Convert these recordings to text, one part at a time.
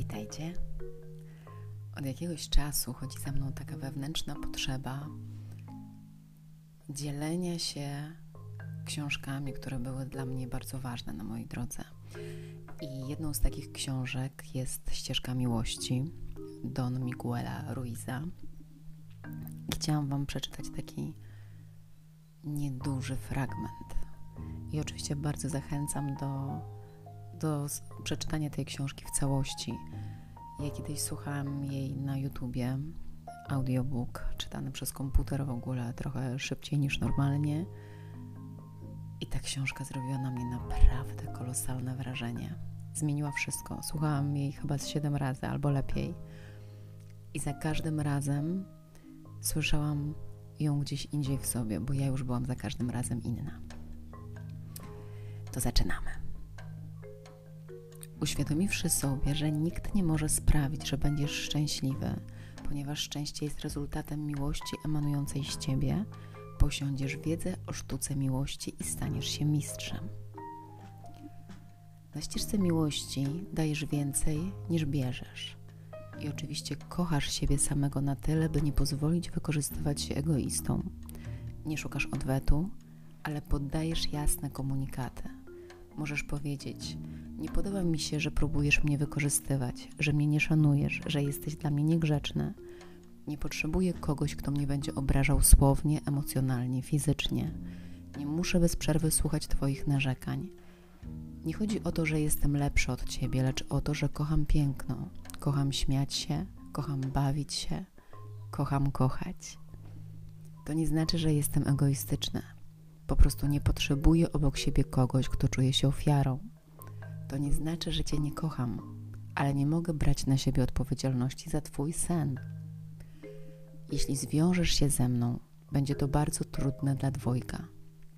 Witajcie. Od jakiegoś czasu chodzi za mną taka wewnętrzna potrzeba dzielenia się książkami, które były dla mnie bardzo ważne na mojej drodze. I jedną z takich książek jest Ścieżka Miłości Don Miguela Ruiza. Chciałam Wam przeczytać taki nieduży fragment. I oczywiście bardzo zachęcam do przeczytania tej książki w całości. Ja kiedyś słuchałam jej na YouTubie, audiobook czytany przez komputer w ogóle trochę szybciej niż normalnie. I ta książka zrobiła na mnie naprawdę kolosalne wrażenie. Zmieniła wszystko. Słuchałam jej chyba z 7 razy albo lepiej. I za każdym razem słyszałam ją gdzieś indziej w sobie, bo ja już byłam za każdym razem inna. To zaczynamy. Uświadomiwszy sobie, że nikt nie może sprawić, że będziesz szczęśliwy, ponieważ szczęście jest rezultatem miłości emanującej z Ciebie, posiądziesz wiedzę o sztuce miłości i staniesz się mistrzem. Na ścieżce miłości dajesz więcej niż bierzesz. I oczywiście kochasz siebie samego na tyle, by nie pozwolić wykorzystywać się egoistą. Nie szukasz odwetu, ale poddajesz jasne komunikaty. Możesz powiedzieć: nie podoba mi się, że próbujesz mnie wykorzystywać, że mnie nie szanujesz, że jesteś dla mnie niegrzeczny. Nie potrzebuję kogoś, kto mnie będzie obrażał słownie, emocjonalnie, fizycznie. Nie muszę bez przerwy słuchać Twoich narzekań. Nie chodzi o to, że jestem lepszy od Ciebie, lecz o to, że kocham piękno. Kocham śmiać się, kocham bawić się, kocham kochać. To nie znaczy, że jestem egoistyczna. Po prostu nie potrzebuję obok siebie kogoś, kto czuje się ofiarą. To nie znaczy, że Cię nie kocham, ale nie mogę brać na siebie odpowiedzialności za Twój sen. Jeśli zwiążesz się ze mną, będzie to bardzo trudne dla dwojga.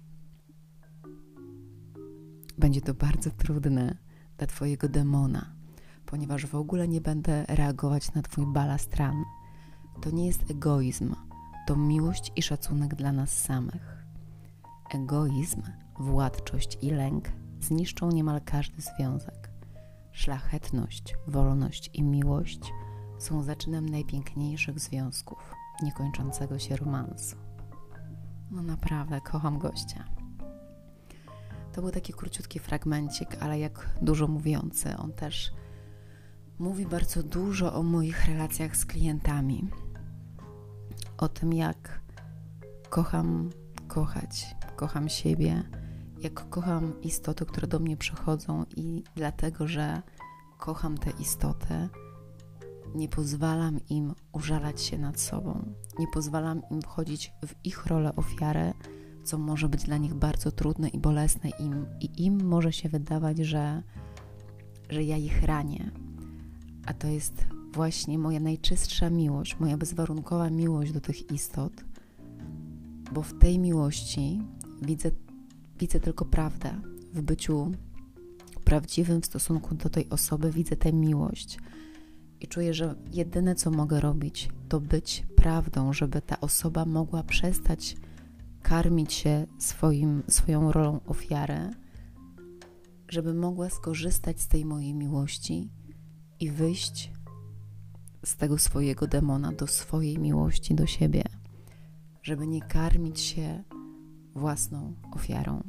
Będzie to bardzo trudne dla Twojego demona, ponieważ w ogóle nie będę reagować na Twój balast ran. To nie jest egoizm, to miłość i szacunek dla nas samych. Egoizm, władczość i lęk zniszczą niemal każdy związek. Szlachetność, wolność i miłość są zaczynem najpiękniejszych związków, niekończącego się romansu. No naprawdę, kocham gościa. To był taki króciutki fragmencik, ale jak dużo mówiący. On też mówi bardzo dużo o moich relacjach z klientami. O tym, jak kocham kochać, kocham siebie, jak kocham istoty, które do mnie przychodzą i dlatego, że kocham te istoty, nie pozwalam im użalać się nad sobą. Nie pozwalam im wchodzić w ich rolę ofiary, co może być dla nich bardzo trudne i bolesne i im może się wydawać, że ja ich ranię. A to jest właśnie moja najczystsza miłość, moja bezwarunkowa miłość do tych istot, bo w tej miłości widzę tylko prawdę. W byciu prawdziwym w stosunku do tej osoby widzę tę miłość. I czuję, że jedyne, co mogę robić, to być prawdą, żeby ta osoba mogła przestać karmić się swoją rolą ofiary, żeby mogła skorzystać z tej mojej miłości i wyjść z tego swojego demona do swojej miłości do siebie, żeby nie karmić się własną ofiarą.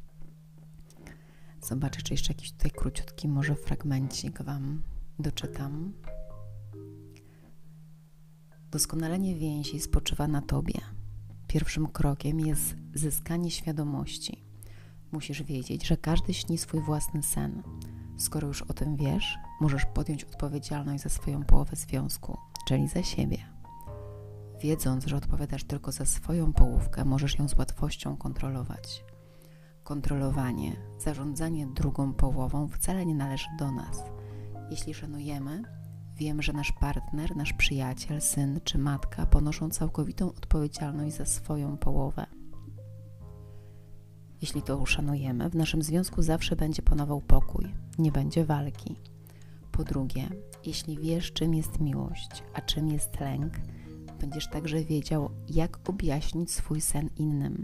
Zobaczę, czy jeszcze jakiś tutaj króciutki może fragmencik Wam doczytam. Doskonalenie więzi spoczywa na Tobie. Pierwszym krokiem jest zyskanie świadomości. Musisz wiedzieć, że każdy śni swój własny sen. Skoro już o tym wiesz, możesz podjąć odpowiedzialność za swoją połowę związku, czyli za siebie. Wiedząc, że odpowiadasz tylko za swoją połówkę, możesz ją z łatwością kontrolować. Kontrolowanie, zarządzanie drugą połową wcale nie należy do nas. Jeśli szanujemy, wiemy, że nasz partner, nasz przyjaciel, syn czy matka ponoszą całkowitą odpowiedzialność za swoją połowę. Jeśli to uszanujemy, w naszym związku zawsze będzie panował pokój, nie będzie walki. Po drugie, jeśli wiesz, czym jest miłość, a czym jest lęk, będziesz także wiedział, jak objaśnić swój sen innym.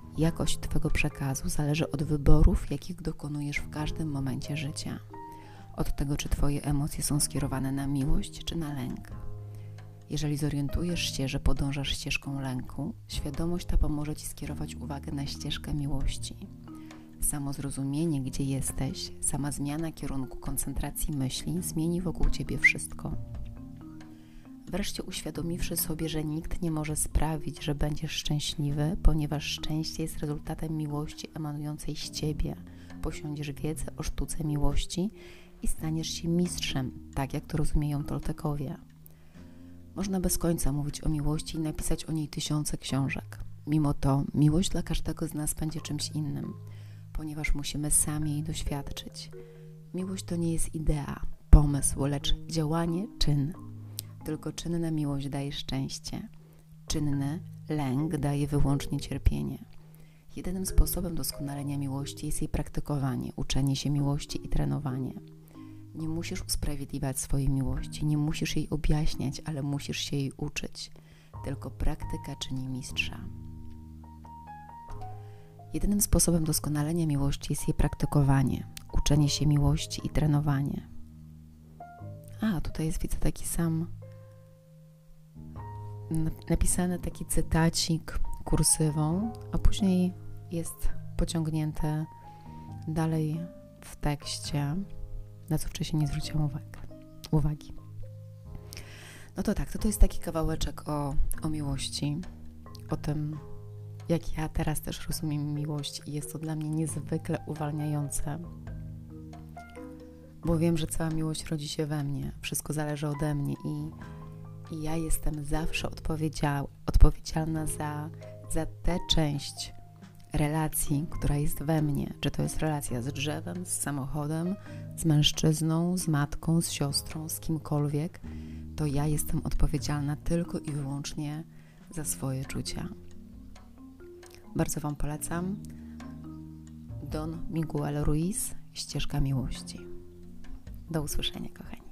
Jakość Twego przekazu zależy od wyborów, jakich dokonujesz w każdym momencie życia. od tego, czy Twoje emocje są skierowane na miłość czy na lęk. Jeżeli zorientujesz się, że podążasz ścieżką lęku, świadomość ta pomoże Ci skierować uwagę na ścieżkę miłości. Samo zrozumienie, gdzie jesteś, sama zmiana kierunku koncentracji myśli zmieni wokół Ciebie wszystko. Wreszcie uświadomiwszy sobie, że nikt nie może sprawić, że będziesz szczęśliwy, ponieważ szczęście jest rezultatem miłości emanującej z Ciebie, posiądziesz wiedzę o sztuce miłości i staniesz się mistrzem, tak jak to rozumieją Toltekowie. Można bez końca mówić o miłości i napisać o niej tysiące książek. Mimo to miłość dla każdego z nas będzie czymś innym, ponieważ musimy sami jej doświadczyć. Miłość to nie jest idea, pomysł, lecz działanie, czyn. Tylko czynna miłość daje szczęście. Czynny lęk daje wyłącznie cierpienie. Jedynym sposobem doskonalenia miłości jest jej praktykowanie, uczenie się miłości i trenowanie. Nie musisz usprawiedliwiać swojej miłości, nie musisz jej objaśniać, ale musisz się jej uczyć. Tylko praktyka czyni mistrza. Jedynym sposobem doskonalenia miłości jest jej praktykowanie, uczenie się miłości i trenowanie. Tutaj jest, widzę, taki sam napisany taki cytacik kursywą, a później jest pociągnięte dalej w tekście, na co wcześniej nie zwróciłam uwagi. No to tak, to jest taki kawałeczek o miłości, o tym, jak ja teraz też rozumiem miłość i jest to dla mnie niezwykle uwalniające, bo wiem, że cała miłość rodzi się we mnie, wszystko zależy ode mnie i ja jestem zawsze odpowiedzialna za tę część relacji, która jest we mnie, czy to jest relacja z drzewem, z samochodem, z mężczyzną, z matką, z siostrą, z kimkolwiek, to ja jestem odpowiedzialna tylko i wyłącznie za swoje czucia. Bardzo Wam polecam Don Miguel Ruiz, Ścieżka miłości. Do usłyszenia, kochani.